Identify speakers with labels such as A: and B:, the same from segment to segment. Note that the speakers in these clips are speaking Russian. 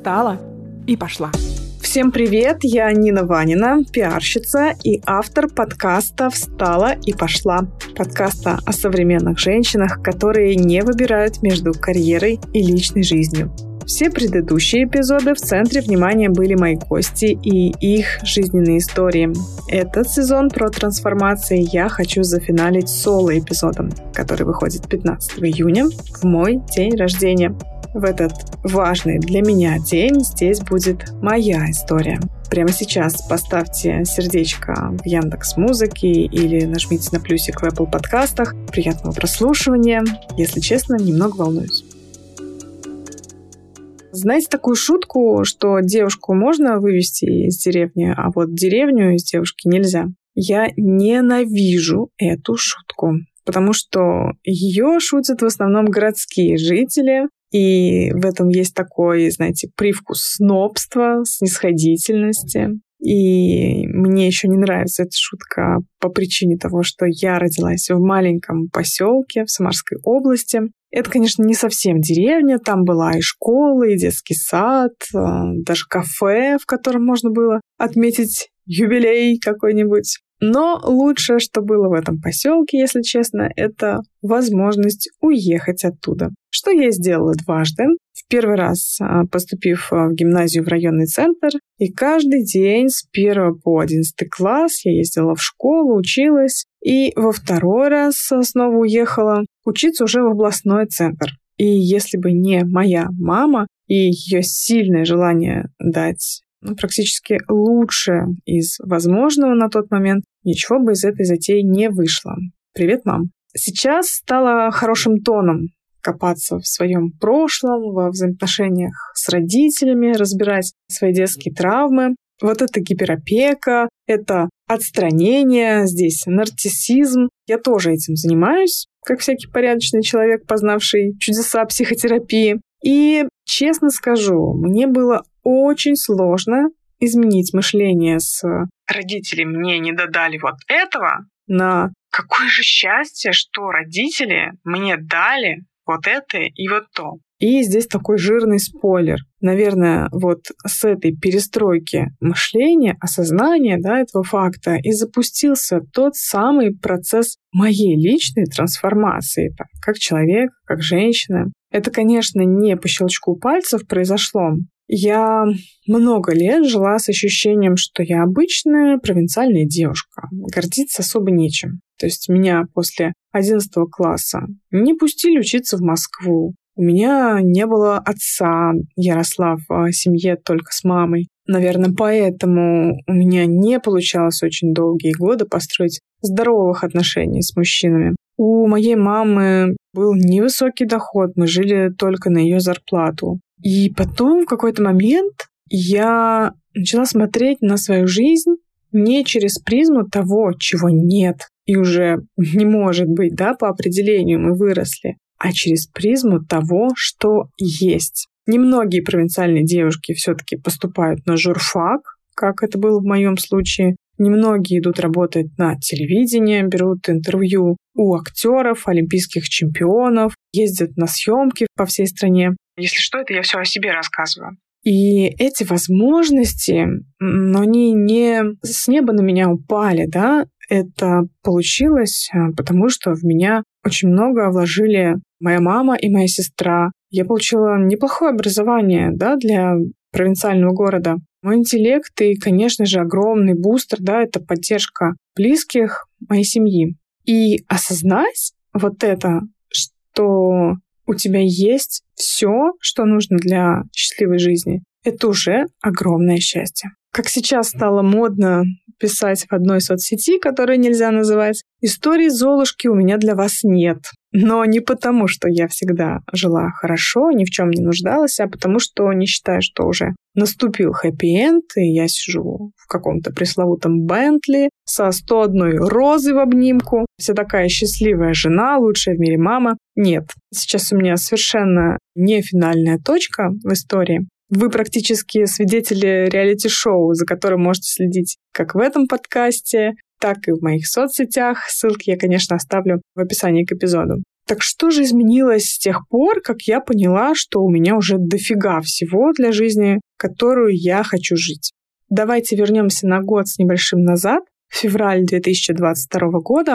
A: встала и пошла.
B: Всем привет, я Нина Ванина, пиарщица и автор подкаста «Встала и пошла». Подкаста о современных женщинах, которые не выбирают между карьерой и личной жизнью. Все предыдущие эпизоды в центре внимания были мои гости и их жизненные истории. Этот сезон про трансформации я хочу зафиналить соло-эпизодом, который выходит 15 июня, в мой день рождения. В этот важный для меня день здесь будет моя история. Прямо сейчас поставьте сердечко в Яндекс.Музыке или нажмите на плюсик в Apple подкастах. Приятного прослушивания. Если честно, немного волнуюсь. Знаете такую шутку, что девушку можно вывести из деревни, а вот деревню из девушки нельзя? Я ненавижу эту шутку, потому что ее шутят в основном городские жители, и в этом есть такой, знаете, привкус снобства, снисходительности. И мне еще не нравится эта шутка по причине того, что я родилась в маленьком поселке в Самарской области. Это, конечно, не совсем деревня, там была и школа, и детский сад, даже кафе, в котором можно было отметить юбилей какой-нибудь. Но лучшее, что было в этом поселке, если честно, это возможность уехать оттуда. Что я сделала дважды. В первый раз, поступив в гимназию в районный центр, и каждый день с 1 по 11 класс я ездила в школу, училась, и во второй раз снова уехала учиться уже в областной центр. И если бы не моя мама и ее сильное желание дать практически лучшее из возможного на тот момент, ничего бы из этой затеи не вышло. Привет, мам. Сейчас стало хорошим тоном копаться в своем прошлом, во взаимоотношениях с родителями, разбирать свои детские травмы. Вот это гиперопека, это отстранение, здесь нарциссизм. Я тоже этим занимаюсь, как всякий порядочный человек, познавший чудеса психотерапии. И, честно скажу, мне было очень сложно изменить мышление с «родители мне не додали вот этого» на «какое же счастье, что родители мне дали вот это и вот то». И здесь такой жирный спойлер. Наверное, вот с этой перестройки мышления, осознания этого факта и запустился тот самый процесс моей личной трансформации, как человек, как женщина. Это, конечно, не по щелчку пальцев произошло. Я много лет жила с ощущением, что я обычная провинциальная девушка. Гордиться особо нечем. То есть меня после 11 класса не пустили учиться в Москву. У меня не было отца, я росла в семье только с мамой. Наверное, поэтому у меня не получалось очень долгие годы построить здоровых отношений с мужчинами. У моей мамы был невысокий доход, мы жили только на ее зарплату. И потом в какой-то момент я начала смотреть на свою жизнь не через призму того, чего нет и уже не может быть, по определению мы выросли, а через призму того, что есть. Немногие провинциальные девушки все-таки поступают на журфак, как это было в моем случае. Немногие идут работать на телевидение, берут интервью у актеров, олимпийских чемпионов, ездят на съемки по всей стране. Если что, это я все о себе рассказываю. И эти возможности, они не с неба на меня упали, Это получилось, потому что в меня очень много вложили моя мама и моя сестра. Я получила неплохое образование, для провинциального города. Мой интеллект и, конечно же, огромный бустер, это поддержка близких моей семьи. И осознать вот это, что у тебя есть все, что нужно для счастливой жизни, это уже огромное счастье. Как сейчас стало модно писать в одной соцсети, которую нельзя называть, истории Золушки у меня для вас нет. Но не потому, что я всегда жила хорошо, ни в чем не нуждалась, а потому что не считаю, что уже наступил хэппи-энд, и я сижу в каком-то пресловутом Бентли со 101 розой в обнимку. Вся такая счастливая жена, лучшая в мире мама. Нет, сейчас у меня совершенно не финальная точка в истории. Вы практически свидетели реалити-шоу, за которым можете следить как в этом подкасте, так и в моих соцсетях. Ссылки я, конечно, оставлю в описании к эпизоду. Так что же изменилось с тех пор, как я поняла, что у меня уже дофига всего для жизни, которую я хочу жить? Давайте вернемся на год с небольшим назад, в февраль 2022 года.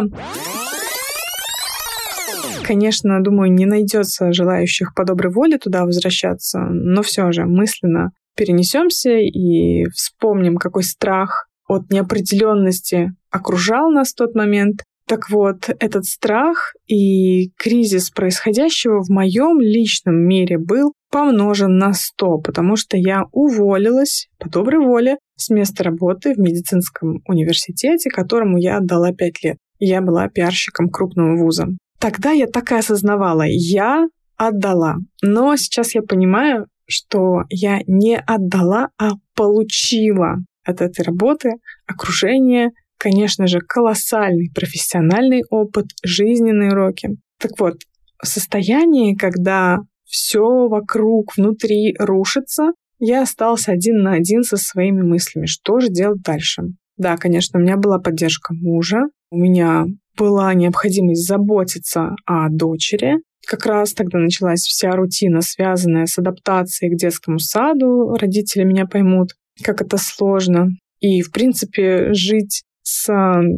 B: Конечно, думаю, не найдется желающих по доброй воле туда возвращаться, но все же мысленно перенесемся и вспомним, какой страх от неопределенности окружал нас в тот момент. Так вот, этот страх и кризис происходящего в моем личном мире был помножен на 100, потому что я уволилась по доброй воле с места работы в медицинском университете, которому я отдала 5 лет. Я была пиарщиком крупного вуза. Тогда я так и осознавала, я отдала. Но сейчас я понимаю, что я не отдала, а получила от этой работы окружение, конечно же, колоссальный профессиональный опыт, жизненные уроки. Так вот, в состоянии, когда все вокруг, внутри рушится, я осталась один на один со своими мыслями. Что же делать дальше? Да, конечно, у меня была поддержка мужа, у меня была необходимость заботиться о дочери. Как раз тогда началась вся рутина, связанная с адаптацией к детскому саду. Родители меня поймут, как это сложно. И, в принципе, жить с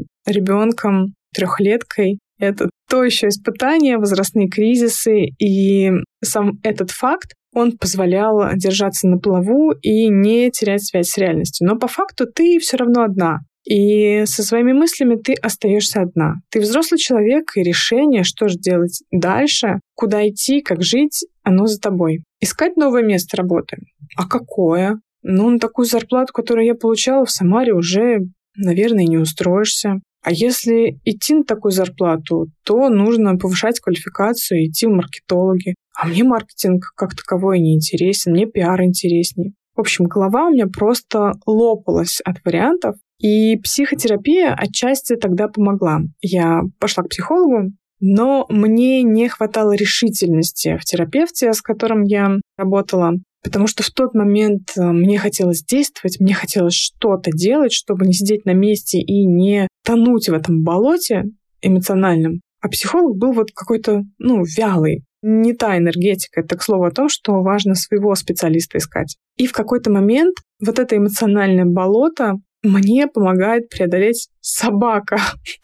B: ребенком, 3-леткой, это то еще испытание, возрастные кризисы. И сам этот факт, он позволял держаться на плаву и не терять связь с реальностью. Но по факту ты все равно одна. И со своими мыслями ты остаешься одна. Ты взрослый человек, и решение, что же делать дальше, куда идти, как жить, оно за тобой. Искать новое место работы. А какое? На такую зарплату, которую я получала в Самаре, уже, наверное, не устроишься. А если идти на такую зарплату, то нужно повышать квалификацию и идти в маркетологи. А мне маркетинг как таковой не интересен, мне пиар интересней. В общем, голова у меня просто лопалась от вариантов. И психотерапия отчасти тогда помогла. Я пошла к психологу, но мне не хватало решительности в терапевте, с которым я работала, потому что в тот момент мне хотелось действовать, мне хотелось что-то делать, чтобы не сидеть на месте и не тонуть в этом болоте эмоциональном. А психолог был вот какой-то, вялый. Не та энергетика. Это к слову о том, что важно своего специалиста искать. И в какой-то момент вот это эмоциональное болото мне помогает преодолеть собака.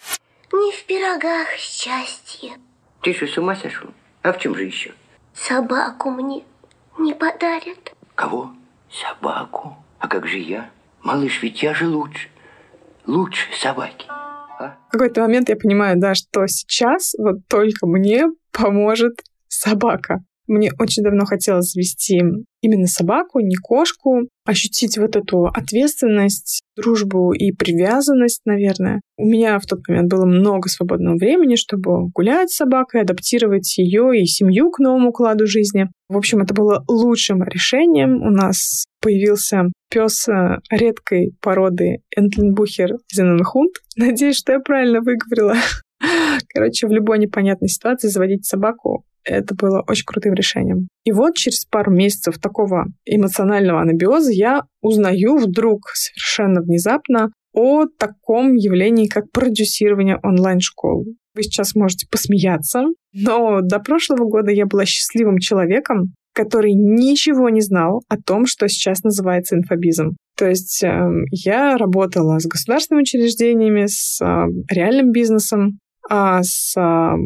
A: Не в пирогах счастье.
C: Ты что, с ума сошел? А в чем же еще?
A: Собаку мне не подарят.
C: Кого? Собаку? А как же я? Малыш, ведь я же лучше. Лучше собаки. А?
B: В какой-то момент я понимаю, что сейчас вот только мне поможет собака. Мне очень давно хотелось завести именно собаку, не кошку, ощутить вот эту ответственность, дружбу и привязанность, наверное. У меня в тот момент было много свободного времени, чтобы гулять с собакой, адаптировать ее и семью к новому укладу жизни. В общем, это было лучшим решением. У нас появился пес редкой породы Энтленбухер Зененхунд. Надеюсь, что я правильно выговорила. Короче, в любой непонятной ситуации заводить собаку — это было очень крутым решением. И вот через пару месяцев такого эмоционального анабиоза я узнаю вдруг совершенно внезапно о таком явлении, как продюсирование онлайн-школ. Вы сейчас можете посмеяться, но до прошлого года я была счастливым человеком, который ничего не знал о том, что сейчас называется инфобизом. То есть я работала с государственными учреждениями, с реальным бизнесом, а с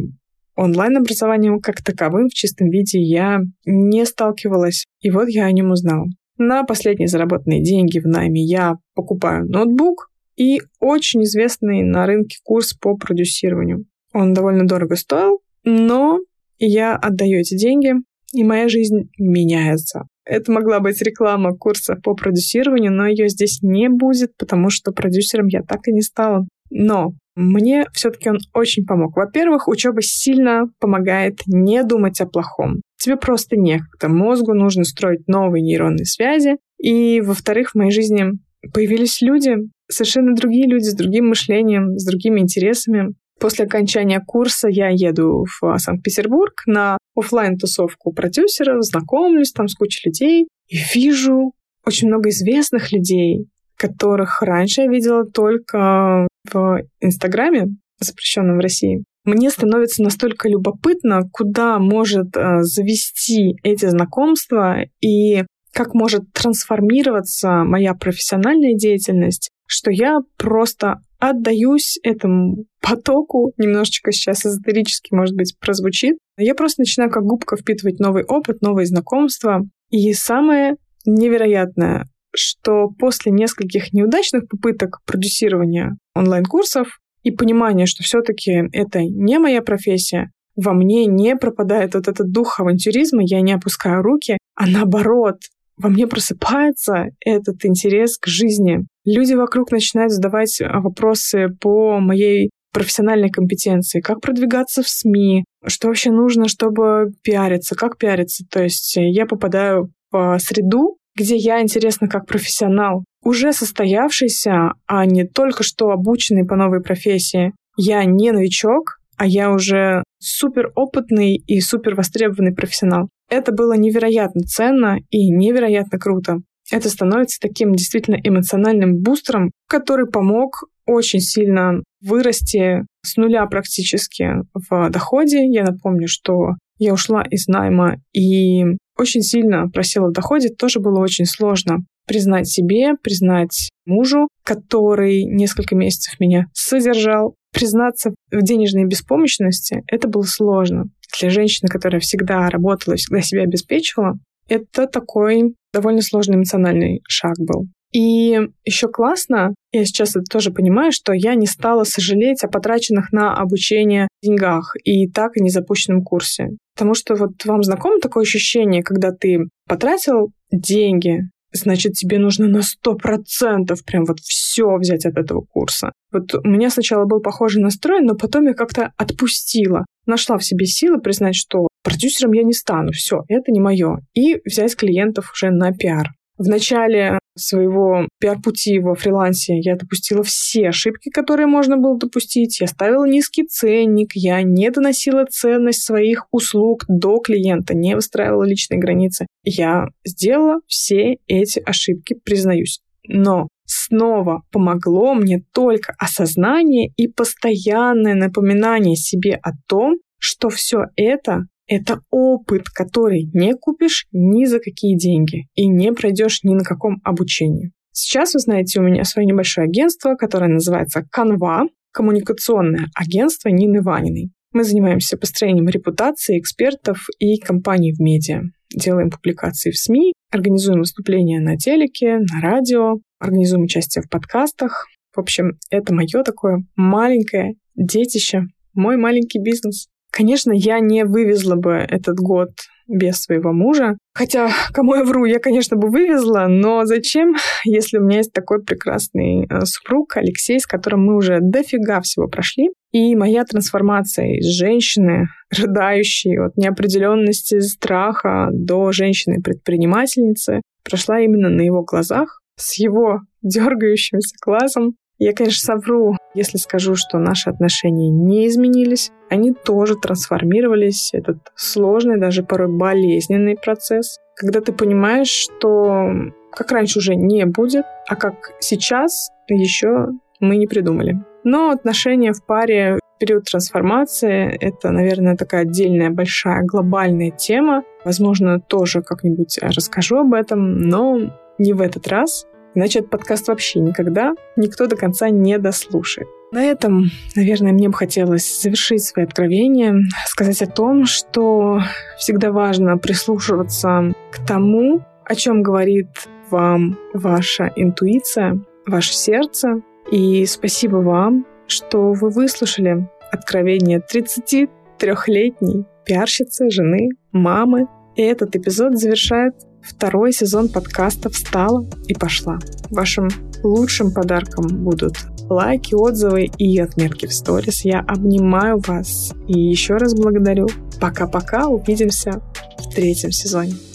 B: онлайн-образованием как таковым в чистом виде я не сталкивалась. И вот я о нем узнала. На последние заработанные деньги в найме я покупаю ноутбук и очень известный на рынке курс по продюсированию. Он довольно дорого стоил, но я отдаю эти деньги, и моя жизнь меняется. Это могла быть реклама курса по продюсированию, но ее здесь не будет, потому что продюсером я так и не стала. Но мне все-таки он очень помог. Во-первых, учеба сильно помогает не думать о плохом. Тебе просто некогда. Мозгу нужно строить новые нейронные связи. И, во-вторых, в моей жизни появились люди, совершенно другие люди с другим мышлением, с другими интересами. После окончания курса я еду в Санкт-Петербург на офлайн-тусовку продюсеров, знакомлюсь там с кучей людей и вижу очень много известных людей, которых раньше я видела только в Инстаграме, запрещенном в России. мне становится настолько любопытно, куда может завести эти знакомства и как может трансформироваться моя профессиональная деятельность, что я просто отдаюсь этому потоку, немножечко сейчас эзотерически, может быть, прозвучит. Я просто начинаю как губка впитывать новый опыт, новые знакомства. И самое невероятное, что после нескольких неудачных попыток продюсирования онлайн-курсов и понимания, что все-таки это не моя профессия, во мне не пропадает вот этот дух авантюризма, я не опускаю руки, а наоборот, во мне просыпается этот интерес к жизни. Люди вокруг начинают задавать вопросы по моей профессиональной компетенции, как продвигаться в СМИ, что вообще нужно, чтобы пиариться, как пиариться. То есть я попадаю в среду, где я интересна как профессионал, уже состоявшийся, а не только что обученный по новой профессии. Я не новичок, а я уже суперопытный и супервостребованный профессионал. Это было невероятно ценно и невероятно круто. Это становится таким действительно эмоциональным бустером, который помог очень сильно вырасти с нуля практически в доходе. Я напомню, что я ушла из найма и очень сильно просела в доходе. Тоже было очень сложно признать себе, признать мужу, который несколько месяцев меня содержал. Признаться в денежной беспомощности — это было сложно. Для женщины, которая всегда работала, всегда себя обеспечивала, это такой довольно сложный эмоциональный шаг был. И еще классно, я сейчас это тоже понимаю, что я не стала сожалеть о потраченных на обучение деньгах и так и не запущенном курсе. Потому что вот вам знакомо такое ощущение, когда ты потратил деньги, значит, тебе нужно на 100% прям вот все взять от этого курса. Вот у меня сначала был похожий настрой, но потом я как-то отпустила. Нашла в себе силы признать, что продюсером я не стану, все, это не мое. И взять клиентов уже на пиар. В начале своего пиар-пути во фрилансе я допустила все ошибки, которые можно было допустить. Я ставила низкий ценник, я не доносила ценность своих услуг до клиента, не выстраивала личные границы. Я сделала все эти ошибки, признаюсь. Но снова помогло мне только осознание и постоянное напоминание себе о том, что все это опыт, который не купишь ни за какие деньги и не пройдешь ни на каком обучении. Сейчас, вы знаете, у меня свое небольшое агентство, которое называется Canva, коммуникационное агентство Нины Ваниной. Мы занимаемся построением репутации экспертов и компаний в медиа. Делаем публикации в СМИ, организуем выступления на телеке, на радио, организуем участие в подкастах. В общем, это мое такое маленькое детище, мой маленький бизнес. Конечно, я не вывезла бы этот год без своего мужа. Хотя, кому я вру, я, конечно, бы вывезла, но зачем, если у меня есть такой прекрасный супруг Алексей, с которым мы уже дофига всего прошли. И моя трансформация из женщины, рыдающей от неопределенности, страха, до женщины-предпринимательницы прошла именно на его глазах, с его дергающимся глазом. Я, конечно, совру, если скажу, что наши отношения не изменились. Они тоже трансформировались. Этот сложный, даже порой болезненный процесс, когда ты понимаешь, что как раньше уже не будет, а как сейчас еще мы не придумали. Но отношения в паре в период трансформации — это, наверное, такая отдельная, большая, глобальная тема. Возможно, тоже как-нибудь расскажу об этом, но не в этот раз. Иначе этот подкаст вообще никогда никто до конца не дослушает. На этом, наверное, мне бы хотелось завершить свои откровения, сказать о том, что всегда важно прислушиваться к тому, о чем говорит вам ваша интуиция, ваше сердце. И спасибо вам, что вы выслушали откровение 33-летней пиарщицы, жены, мамы. И этот эпизод завершает второй сезон подкаста «Встала и пошла». Вашим лучшим подарком будут лайки, отзывы и отметки в сторис. Я обнимаю вас и еще раз благодарю. Пока-пока, увидимся в третьем сезоне.